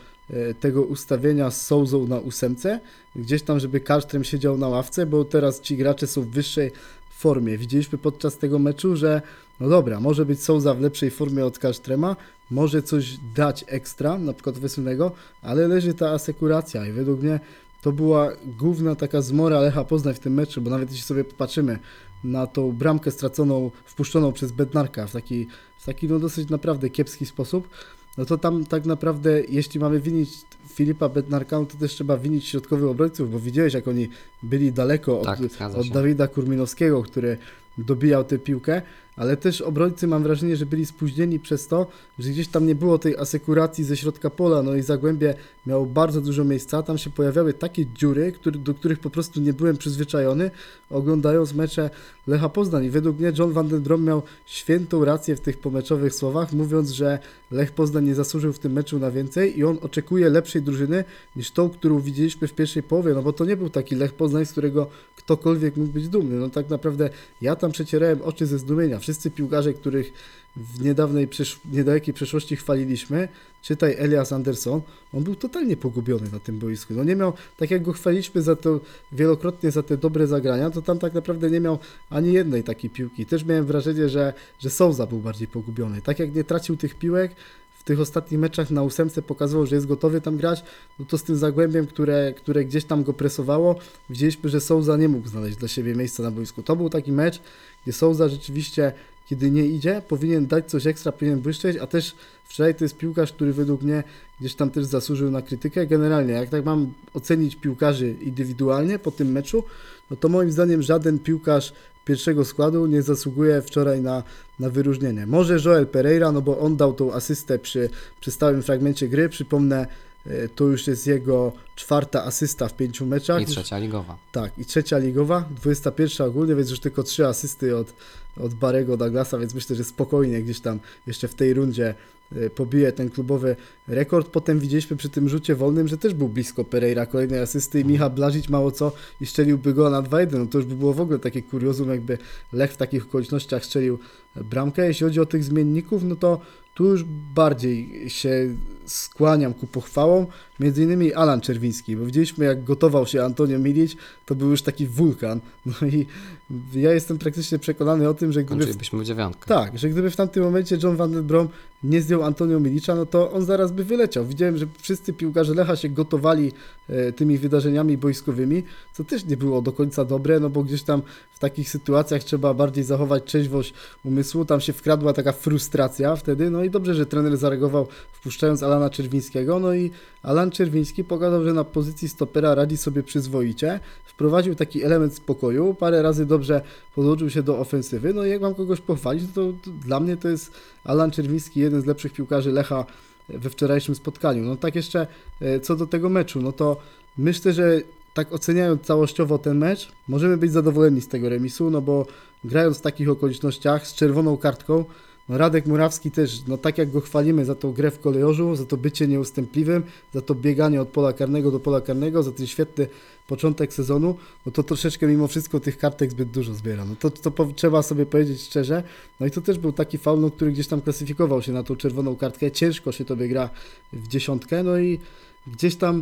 S2: tego ustawienia z Souzą na 8, gdzieś tam, żeby Kallström siedział na ławce, bo teraz ci gracze są w wyższej formie. Widzieliśmy podczas tego meczu, że no dobra, może być Souza w lepszej formie od Kallströma, może coś dać ekstra, na przykład ofensywnego, ale leży ta asekuracja i według mnie to była główna taka zmora Lecha Poznań w tym meczu, bo nawet jeśli sobie popatrzymy na tą bramkę straconą, wpuszczoną przez Bednarka w taki no dosyć naprawdę kiepski sposób, no to tam tak naprawdę, jeśli mamy winić Filipa Bednarka, no to też trzeba winić środkowych obrońców, bo widziałeś, jak oni byli daleko od Dawida Kurminowskiego, który dobijał tę piłkę, ale też obrońcy, mam wrażenie, że byli spóźnieni przez to, że gdzieś tam nie było tej asekuracji ze środka pola, no i Zagłębie miało bardzo dużo miejsca, tam się pojawiały takie dziury, do których po prostu nie byłem przyzwyczajony, oglądając mecze Lecha Poznań i według mnie John van den Brom miał świętą rację w tych pomeczowych słowach, mówiąc, że Lech Poznań nie zasłużył w tym meczu na więcej i on oczekuje lepszej drużyny niż tą, którą widzieliśmy w pierwszej połowie, no bo to nie był taki Lech Poznań, z którego ktokolwiek mógł być dumny, no tak naprawdę ja tam przecierałem oczy ze zdumienia. Wszyscy piłkarze, których w niedalekiej przeszłości chwaliliśmy, czytaj Elias Anderson, on był totalnie pogubiony na tym boisku. No nie miał, tak jak go chwaliliśmy wielokrotnie za te dobre zagrania, to tam tak naprawdę nie miał ani jednej takiej piłki. Też miałem wrażenie, że Souza był bardziej pogubiony. Tak jak nie tracił tych piłek, w tych ostatnich meczach na 8 pokazywał, że jest gotowy tam grać, no to z tym Zagłębiem, które gdzieś tam go presowało, widzieliśmy, że Souza nie mógł znaleźć dla siebie miejsca na boisku. To był taki mecz, gdzie Souza rzeczywiście, kiedy nie idzie, powinien dać coś ekstra, powinien błyszczeć, a też wczoraj to jest piłkarz, który według mnie gdzieś tam też zasłużył na krytykę. Generalnie, jak tak mam ocenić piłkarzy indywidualnie po tym meczu, no to moim zdaniem żaden piłkarz pierwszego składu nie zasługuje wczoraj na wyróżnienie. Może Joel Pereira, no bo on dał tą asystę przy stałym fragmencie gry, przypomnę, to już jest jego 4. asysta w 5 meczach.
S1: I 3. ligowa.
S2: Tak, i 3. ligowa, 21 ogólnie, więc już tylko 3 asysty od Barrego Douglasa, więc myślę, że spokojnie gdzieś tam jeszcze w tej rundzie pobije ten klubowy rekord. Potem widzieliśmy przy tym rzucie wolnym, że też był blisko Pereira kolejnej asysty i Michał Blažić mało co i strzeliłby go na 2-1. No to już by było w ogóle takie kuriozum, jakby Lech w takich okolicznościach strzelił bramkę. Jeśli chodzi o tych zmienników, no to tu już bardziej się skłaniam ku pochwałom, między innymi Alan Czerwiński, bo widzieliśmy, jak gotował się Antonio Milić, to był już taki wulkan. No i ja jestem praktycznie przekonany o tym, że gdyby...
S1: Kończylibyśmy w 9.
S2: Tak, że gdyby w tamtym momencie John van den Brom nie zdjął Antonio Milicza, no to on zaraz by wyleciał. Widziałem, że wszyscy piłkarze Lecha się gotowali tymi wydarzeniami boiskowymi, co też nie było do końca dobre, no bo gdzieś tam w takich sytuacjach trzeba bardziej zachować trzeźwość umysłu, tam się wkradła taka frustracja wtedy, no i dobrze, że trener zareagował wpuszczając Alana Czerwińskiego, no i Alan Czerwiński pokazał, że na pozycji stopera radzi sobie przyzwoicie, wprowadził taki element spokoju, parę razy dobrze podłączył się do ofensywy, no i jak mam kogoś pochwalić, to dla mnie to jest Alan Czerwiński, jeden z lepszych piłkarzy Lecha we wczorajszym spotkaniu. No tak jeszcze co do tego meczu, no to myślę, że tak oceniając całościowo ten mecz, możemy być zadowoleni z tego remisu, no bo grając w takich okolicznościach z czerwoną kartką, no Radek Murawski też, no tak jak go chwalimy za tą grę w kolejorzu, za to bycie nieustępliwym, za to bieganie od pola karnego do pola karnego, za ten świetny początek sezonu, no to troszeczkę mimo wszystko tych kartek zbyt dużo zbiera. No to trzeba sobie powiedzieć szczerze. No i to też był taki faul, no, który gdzieś tam klasyfikował się na tą czerwoną kartkę. Ciężko się tobie gra w 10, no i gdzieś tam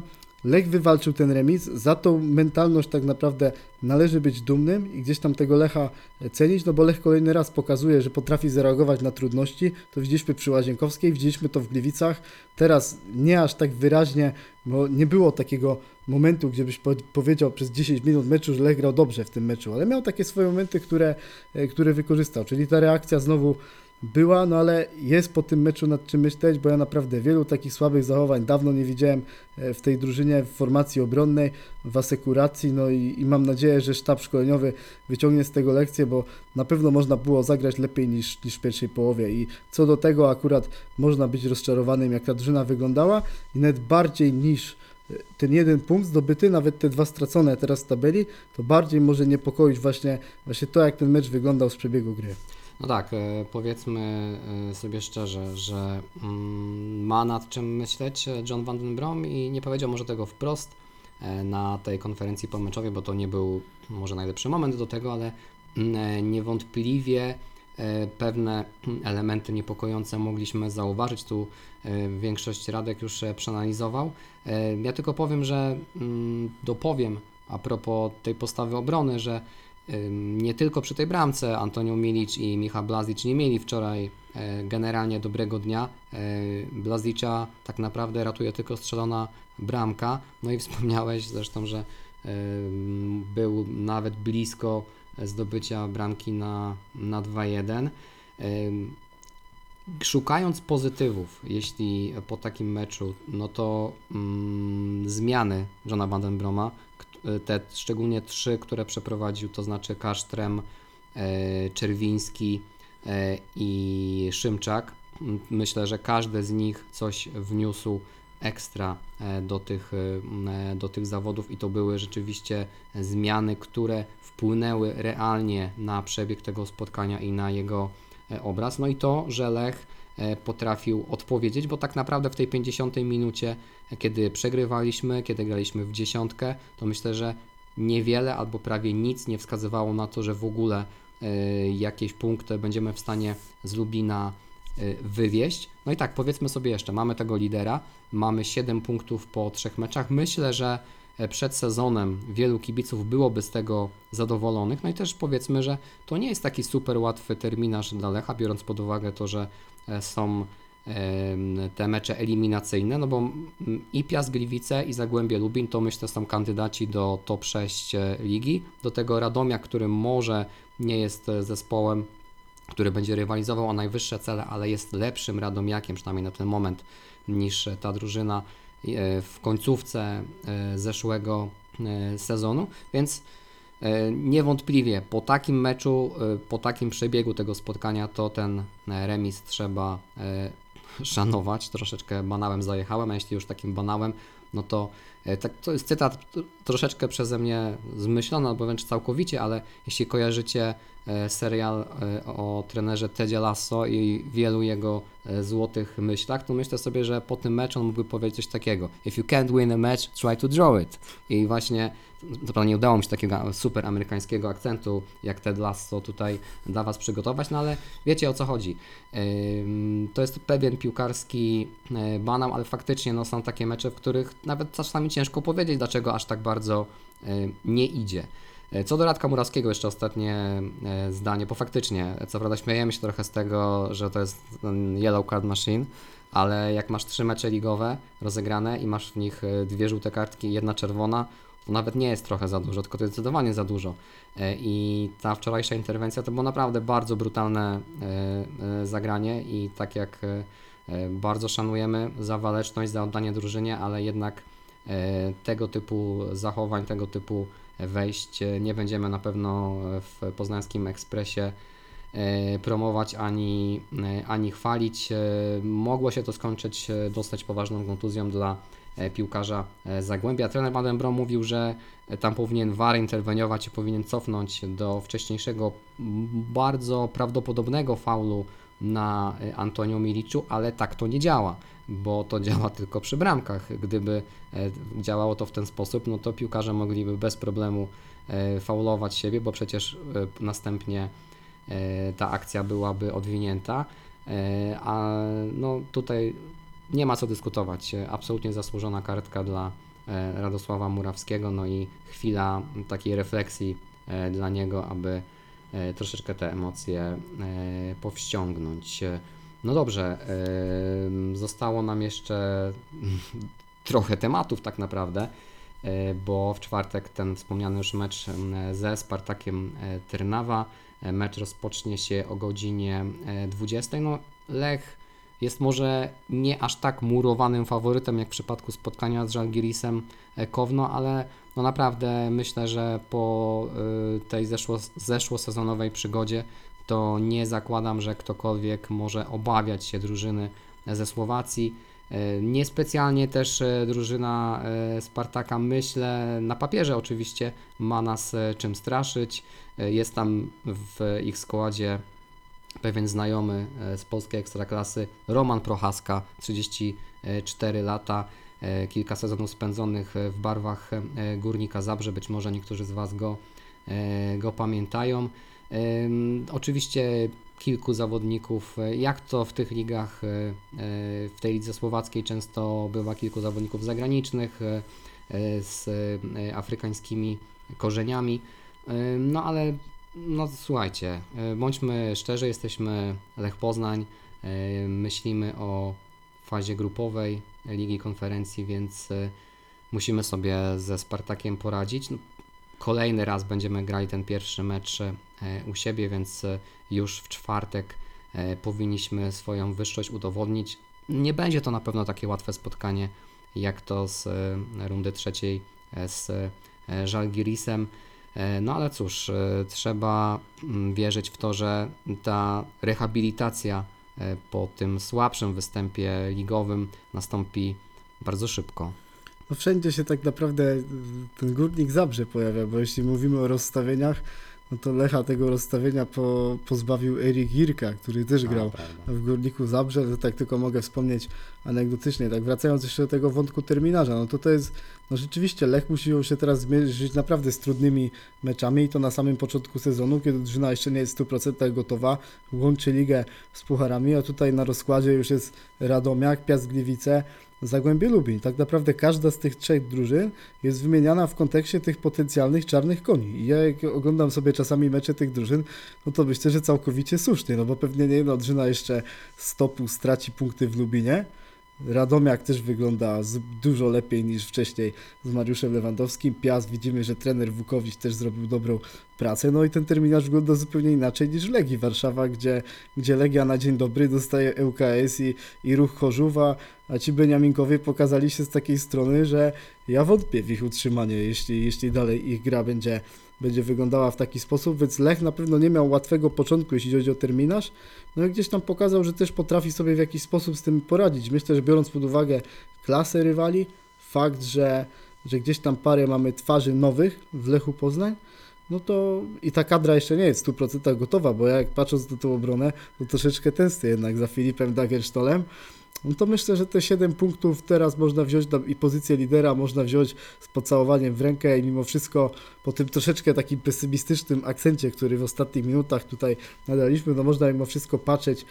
S2: Lech wywalczył ten remis, za tą mentalność tak naprawdę należy być dumnym i gdzieś tam tego Lecha cenić, no bo Lech kolejny raz pokazuje, że potrafi zareagować na trudności. To widzieliśmy przy Łazienkowskiej, widzieliśmy to w Gliwicach, teraz nie aż tak wyraźnie, bo nie było takiego momentu, gdzie byś powiedział przez 10 minut meczu, że Lech grał dobrze w tym meczu, ale miał takie swoje momenty, które wykorzystał, czyli ta reakcja znowu była, no ale jest po tym meczu nad czym myśleć, bo ja naprawdę wielu takich słabych zachowań dawno nie widziałem w tej drużynie, w formacji obronnej, w asekuracji, no i mam nadzieję, że sztab szkoleniowy wyciągnie z tego lekcję, bo na pewno można było zagrać lepiej niż w pierwszej połowie i co do tego akurat można być rozczarowanym, jak ta drużyna wyglądała i nawet bardziej niż ten jeden punkt zdobyty, nawet te 2 stracone teraz w tabeli, to bardziej może niepokoić właśnie to, jak ten mecz wyglądał z przebiegu gry.
S1: No tak, powiedzmy sobie szczerze, że ma nad czym myśleć John van den Brom i nie powiedział może tego wprost na tej konferencji pomeczowej, bo to nie był może najlepszy moment do tego, ale niewątpliwie pewne elementy niepokojące mogliśmy zauważyć. Tu większość Radek już przeanalizował. Ja tylko powiem, że dopowiem a propos tej postawy obrony, że nie tylko przy tej bramce Antonio Milic i Michał Blazic nie mieli wczoraj generalnie dobrego dnia. Blazicza tak naprawdę ratuje tylko strzelona bramka. No i wspomniałeś zresztą, że był nawet blisko zdobycia bramki na 2-1. Szukając pozytywów, jeśli po takim meczu, no to zmiany Johna van den Broma, te szczególnie 3, które przeprowadził, to znaczy Kasztrem, Czerwiński i Szymczak. Myślę, że każdy z nich coś wniósł ekstra do tych zawodów i to były rzeczywiście zmiany, które wpłynęły realnie na przebieg tego spotkania i na jego obraz. No i to, że Lech potrafił odpowiedzieć, bo tak naprawdę w tej 50 minucie, kiedy przegrywaliśmy, kiedy graliśmy w dziesiątkę, to myślę, że niewiele albo prawie nic nie wskazywało na to, że w ogóle jakieś punkty będziemy w stanie z Lublina wywieźć. No i tak, powiedzmy sobie jeszcze, mamy tego lidera, mamy 7 punktów po 3 meczach. Myślę, że przed sezonem wielu kibiców byłoby z tego zadowolonych. No i też powiedzmy, że to nie jest taki super łatwy terminarz dla Lecha, biorąc pod uwagę to, że są te mecze eliminacyjne, no bo i Piast Gliwice i Zagłębie Lubin to myślę są kandydaci do top 6 ligi. Do tego Radomiak, który może nie jest zespołem, który będzie rywalizował o najwyższe cele, ale jest lepszym Radomiakiem, przynajmniej na ten moment, niż ta drużyna w końcówce zeszłego sezonu, więc niewątpliwie po takim meczu, po takim przebiegu tego spotkania to ten remis trzeba szanować. Troszeczkę banałem zajechałem, a jeśli już takim banałem, no to tak, to jest cytat troszeczkę przeze mnie zmyślony, albo wręcz całkowicie, ale jeśli kojarzycie serial o trenerze Tedzie Lasso i wielu jego złotych myślach, to myślę sobie, że po tym meczu on mógłby powiedzieć coś takiego: If you can't win a match, try to draw it. I właśnie, to prawda nie udało mi się takiego super amerykańskiego akcentu jak Ted Lasso tutaj dla Was przygotować, no ale wiecie o co chodzi. To jest pewien piłkarski banał, ale faktycznie no, są takie mecze, w których nawet czasami ciężko powiedzieć, dlaczego aż tak bardzo nie idzie. Co do Radka Murawskiego, jeszcze ostatnie zdanie, bo faktycznie, co prawda śmiejemy się trochę z tego, że to jest yellow card machine, ale jak masz 3 mecze ligowe rozegrane i masz w nich 2 żółte kartki i 1 czerwona, to nawet nie jest trochę za dużo, tylko to jest zdecydowanie za dużo. I ta wczorajsza interwencja to było naprawdę bardzo brutalne zagranie i tak jak bardzo szanujemy za waleczność, za oddanie drużynie, ale jednak tego typu zachowań, tego typu wejść nie będziemy na pewno w Poznańskim Ekspresie promować ani chwalić. Mogło się to skończyć dosyć poważną kontuzją dla piłkarza Zagłębia. Trener Van den Brom mówił, że tam powinien VAR interweniować i powinien cofnąć do wcześniejszego, bardzo prawdopodobnego faulu na Antonio Miliczu, ale tak to nie działa, bo to działa tylko przy bramkach. Gdyby działało to w ten sposób, no to piłkarze mogliby bez problemu faulować siebie, bo przecież następnie ta akcja byłaby odwinięta, a no tutaj nie ma co dyskutować. Absolutnie zasłużona kartka dla Radosława Murawskiego, no i chwila takiej refleksji dla niego, aby troszeczkę te emocje powściągnąć. No dobrze, zostało nam jeszcze trochę tematów tak naprawdę, bo w czwartek ten wspomniany już mecz ze Spartakiem Trnawa. Mecz rozpocznie się o godzinie 20. No, Lech jest może nie aż tak murowanym faworytem jak w przypadku spotkania z Żalgirisem Kowno, ale no naprawdę myślę, że po tej zeszłosezonowej przygodzie to nie zakładam, że ktokolwiek może obawiać się drużyny ze Słowacji. Niespecjalnie też drużyna Spartaka, myślę, na papierze oczywiście ma nas czym straszyć. Jest tam w ich składzie pewien znajomy z polskiej ekstraklasy, Roman Prochaska, 34 lata, kilka sezonów spędzonych w barwach Górnika Zabrze, być może niektórzy z Was go pamiętają. Oczywiście kilku zawodników, jak to w tych ligach, w tej lidze słowackiej często bywa kilku zawodników zagranicznych z afrykańskimi korzeniami, no ale no słuchajcie, bądźmy szczerzy, jesteśmy Lech Poznań, myślimy o fazie grupowej Ligi Konferencji, więc musimy sobie ze Spartakiem poradzić. No, kolejny raz będziemy grali ten pierwszy mecz u siebie, więc już w czwartek powinniśmy swoją wyższość udowodnić. Nie będzie to na pewno takie łatwe spotkanie jak to z rundy trzeciej z Żalgirisem. No ale cóż, trzeba wierzyć w to, że ta rehabilitacja po tym słabszym występie ligowym nastąpi bardzo szybko.
S2: No wszędzie się tak naprawdę ten Górnik Zabrze pojawia, bo jeśli mówimy o rozstawieniach, no to Lecha tego rozstawienia pozbawił Erik Girka, który też grał w Górniku Zabrze, to tak tylko mogę wspomnieć anegdotycznie. Tak wracając jeszcze do tego wątku terminarza, no to jest, no rzeczywiście Lech musi się teraz zmierzyć naprawdę z trudnymi meczami i to na samym początku sezonu, kiedy drużyna jeszcze nie jest w 100% gotowa, łączy ligę z pucharami, a tutaj na rozkładzie już jest Radomiak, Piast Gliwice, Zagłębie Lubin. Tak naprawdę każda z tych trzech drużyn jest wymieniana w kontekście tych potencjalnych czarnych koni. I ja jak oglądam sobie czasami mecze tych drużyn, no to myślę, że całkowicie słusznie, no bo pewnie nie jedna drużyna jeszcze z topu straci punkty w Lubinie. Radomiak też wygląda dużo lepiej niż wcześniej z Mariuszem Lewandowskim. Piast, widzimy, że trener Wukowicz też zrobił dobrą pracę. No i ten terminarz wygląda zupełnie inaczej niż Legii Warszawa, gdzie Legia na dzień dobry dostaje ŁKS i Ruch Chorzów, a ci Beniaminkowie pokazali się z takiej strony, że ja wątpię w ich utrzymanie, jeśli dalej ich gra będzie wyglądała w taki sposób, więc Lech na pewno nie miał łatwego początku, jeśli chodzi o terminarz, no i gdzieś tam pokazał, że też potrafi sobie w jakiś sposób z tym poradzić. Myślę, że biorąc pod uwagę klasę rywali, fakt, że gdzieś tam parę mamy twarzy nowych w Lechu Poznań, no to i ta kadra jeszcze nie jest w 100% gotowa, bo ja jak patrząc na tą obronę, to troszeczkę tęsknię jednak za Filipem Dagerstolem. No to myślę, że te 7 punktów teraz można wziąć i pozycję lidera można wziąć z pocałowaniem w rękę i mimo wszystko po tym troszeczkę takim pesymistycznym akcencie, który w ostatnich minutach tutaj nadaliśmy, no można mimo wszystko patrzeć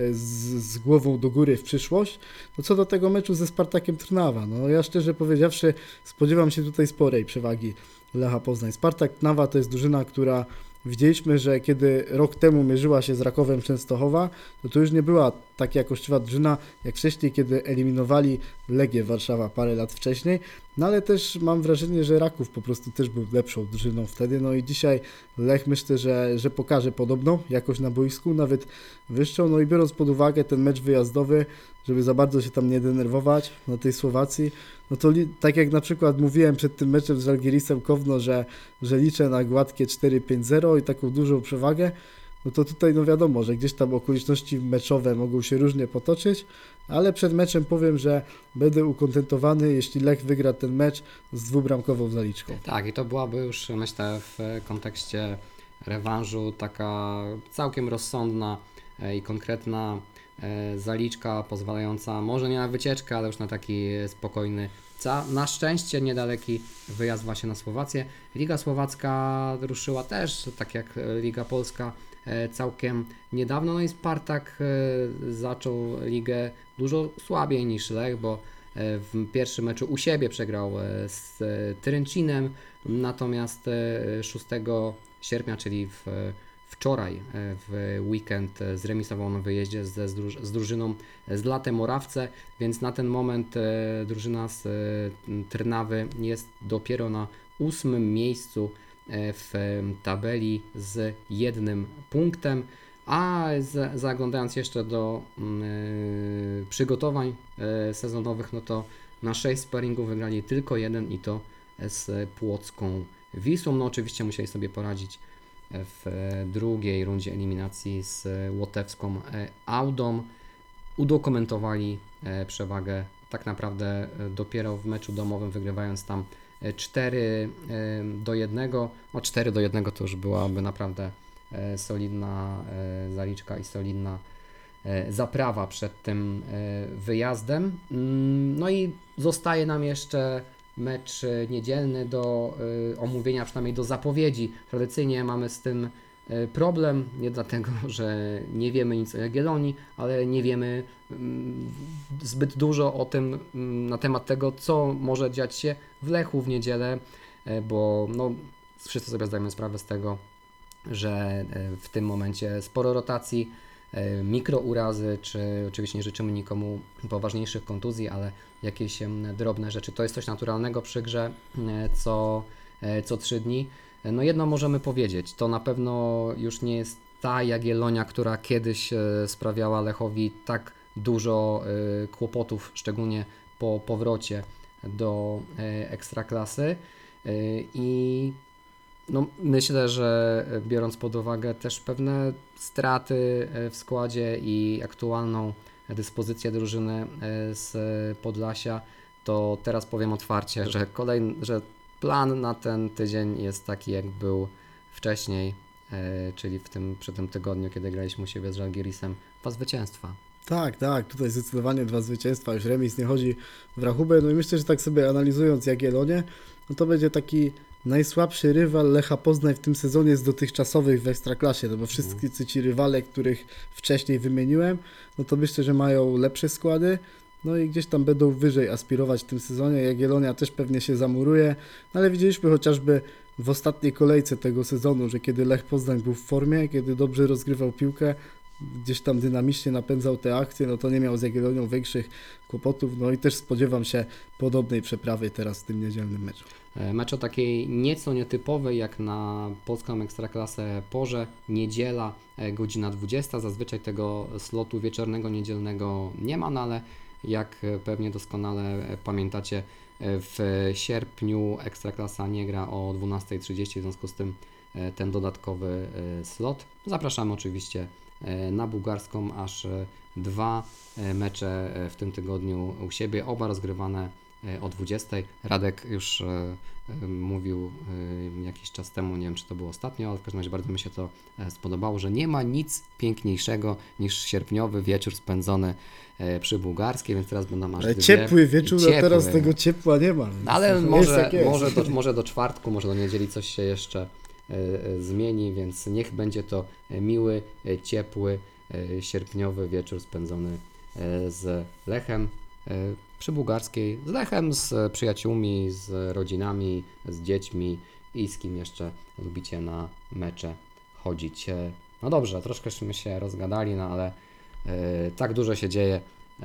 S2: z głową do góry w przyszłość. No co do tego meczu ze Spartakiem Trnawa, no ja szczerze powiedziawszy spodziewam się tutaj sporej przewagi Lecha Poznań. Spartak Trnawa to jest drużyna, która widzieliśmy, że kiedy rok temu mierzyła się z Rakowem Częstochowa, to już nie była tak jakościowa drużyna jak wcześniej, kiedy eliminowali Legię Warszawa parę lat wcześniej, no ale też mam wrażenie, że Raków po prostu też był lepszą drużyną wtedy, no i dzisiaj Lech myślę, że pokaże podobną jakość na boisku, nawet wyższą, no i biorąc pod uwagę ten mecz wyjazdowy, żeby za bardzo się tam nie denerwować na tej Słowacji, no to tak jak na przykład mówiłem przed tym meczem z Żalgirisem Kowno, że liczę na gładkie 4-5-0 i taką dużą przewagę, no to tutaj no wiadomo, że gdzieś tam okoliczności meczowe mogą się różnie potoczyć, ale przed meczem powiem, że będę ukontentowany, jeśli Lech wygra ten mecz z dwubramkową zaliczką.
S1: Tak, i to byłaby już, myślę, w kontekście rewanżu taka całkiem rozsądna i konkretna zaliczka pozwalająca może nie na wycieczkę, ale już na taki spokojny, na szczęście niedaleki wyjazd właśnie na Słowację. Liga Słowacka ruszyła też, tak jak Liga Polska, całkiem niedawno, no i Spartak zaczął ligę dużo słabiej niż Lech, bo w pierwszym meczu u siebie przegrał z Tręcinem, natomiast 6 sierpnia, czyli wczoraj w weekend zremisował na wyjeździe z drużyną z Latem Morawce, więc na ten moment drużyna z Trnawy jest dopiero na 8. miejscu w tabeli z 1 punktem. A zaglądając jeszcze do przygotowań sezonowych, no to na 6 sparingów wygrali tylko 1 i to z Płocką Wisłą. No oczywiście musieli sobie poradzić w drugiej rundzie eliminacji z łotewską Audą. Udokumentowali przewagę tak naprawdę dopiero w meczu domowym, wygrywając tam 4-1. No 4-1 to już byłaby naprawdę solidna zaliczka i solidna zaprawa przed tym wyjazdem. No i zostaje nam jeszcze mecz niedzielny do omówienia, przynajmniej do zapowiedzi. Tradycyjnie mamy z tym problem, nie dlatego, że nie wiemy nic o Jagiellonii, ale nie wiemy zbyt dużo o tym, na temat tego, co może dziać się w Lechu w niedzielę, bo no, wszyscy sobie zdajemy sprawę z tego, że w tym momencie sporo rotacji, mikrourazy, czy oczywiście nie życzymy nikomu poważniejszych kontuzji, ale jakieś drobne rzeczy. To jest coś naturalnego przy grze co 3 dni. No jedno możemy powiedzieć, to na pewno już nie jest ta Jagiellonia, która kiedyś sprawiała Lechowi tak dużo kłopotów, szczególnie po powrocie do Ekstraklasy. I no, myślę, że biorąc pod uwagę też pewne straty w składzie i aktualną dyspozycję drużyny z Podlasia, to teraz powiem otwarcie, że plan na ten tydzień jest taki, jak był wcześniej, czyli przy tym tygodniu, kiedy graliśmy u siebie z Żalgirisem, 2 zwycięstwa.
S2: Tak, tutaj zdecydowanie 2 zwycięstwa, już remis nie chodzi w rachubę. No i myślę, że tak sobie analizując Jagiellonię, no to będzie taki najsłabszy rywal Lecha Poznań w tym sezonie z dotychczasowych w Ekstraklasie, no bo wszyscy ci rywale, których wcześniej wymieniłem, no to myślę, że mają lepsze składy, no i gdzieś tam będą wyżej aspirować w tym sezonie. Jagiellonia też pewnie się zamuruje, no ale widzieliśmy chociażby w ostatniej kolejce tego sezonu, że kiedy Lech Poznań był w formie, kiedy dobrze rozgrywał piłkę, gdzieś tam dynamicznie napędzał te akcje, no to nie miał z Jagiellonią większych kłopotów, no i też spodziewam się podobnej przeprawy teraz w tym niedzielnym meczu.
S1: Mecz o takiej nieco nietypowej jak na polską ekstraklasę porze, niedziela, godzina 20, zazwyczaj tego slotu wieczornego, niedzielnego nie ma, no ale jak pewnie doskonale pamiętacie, w sierpniu Ekstraklasa nie gra o 12:30, w związku z tym ten dodatkowy slot. Zapraszamy oczywiście na bułgarską, aż 2 mecze w tym tygodniu u siebie, oba rozgrywane o 20:00. Radek już mówił jakiś czas temu, nie wiem czy to było ostatnio, ale w każdym razie bardzo mi się to spodobało, że nie ma nic piękniejszego niż sierpniowy wieczór spędzony przy bułgarskiej, więc teraz będą aż
S2: ale ciepły wieczór, a teraz tego ciepła nie ma.
S1: Ale może do czwartku, może do niedzieli coś się jeszcze zmieni, więc niech będzie to miły, ciepły, sierpniowy wieczór spędzony z Lechem przy bułgarskiej, z Lechem, z przyjaciółmi, z rodzinami, z dziećmi i z kim jeszcze lubicie na mecze chodzić. No dobrze, troszkęśmy się rozgadali, no ale tak dużo się dzieje,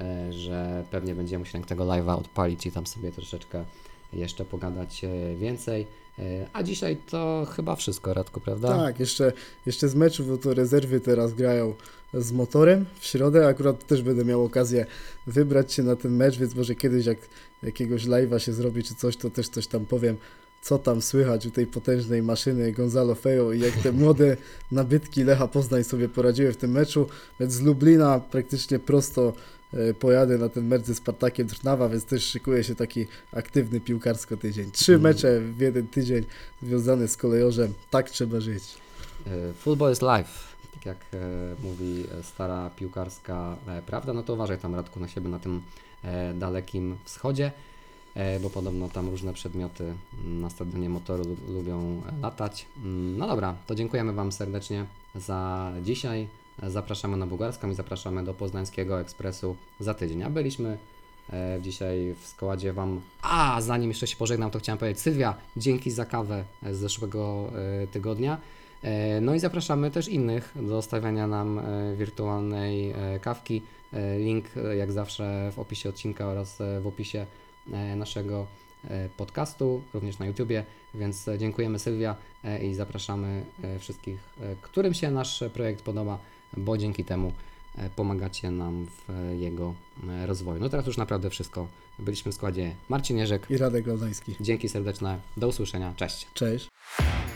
S1: że pewnie będziemy musieli tego live'a odpalić i tam sobie troszeczkę jeszcze pogadać więcej. A dzisiaj to chyba wszystko, Radku, prawda?
S2: Tak, jeszcze z meczów, bo to rezerwy teraz grają z Motorem w środę. Akurat też będę miał okazję wybrać się na ten mecz, więc może kiedyś jak jakiegoś live'a się zrobi czy coś, to też coś tam powiem, co tam słychać u tej potężnej maszyny Gonzalo Fejo i jak te młode nabytki Lecha Poznań sobie poradziły w tym meczu. Więc z Lublina praktycznie prosto pojadę na ten mecz ze Spartakiem Trnawa, więc też szykuje się taki aktywny piłkarsko tydzień. 3 mecze w jeden tydzień związane z kolejorzem. Tak trzeba żyć.
S1: Football is life, tak jak mówi stara piłkarska prawda. No to uważaj tam, Radku, na siebie na tym dalekim wschodzie, bo podobno tam różne przedmioty na stadionie Motoru lubią latać. No dobra, to dziękujemy Wam serdecznie za dzisiaj. Zapraszamy na bułgarską i zapraszamy do Poznańskiego Ekspresu za tydzień. A byliśmy dzisiaj w składzie Wam. A zanim jeszcze się pożegnam, to chciałem powiedzieć, Sylwia, dzięki za kawę z zeszłego tygodnia. No i zapraszamy też innych do stawiania nam wirtualnej kawki. Link jak zawsze w opisie odcinka oraz w opisie naszego podcastu, również na YouTubie, więc dziękujemy Sylwia i zapraszamy wszystkich, którym się nasz projekt podoba, bo dzięki temu pomagacie nam w jego rozwoju. No teraz już naprawdę wszystko. Byliśmy w składzie Marcin Jerzyk
S2: I Radek Laudański.
S1: Dzięki serdeczne, do usłyszenia, cześć.
S2: Cześć.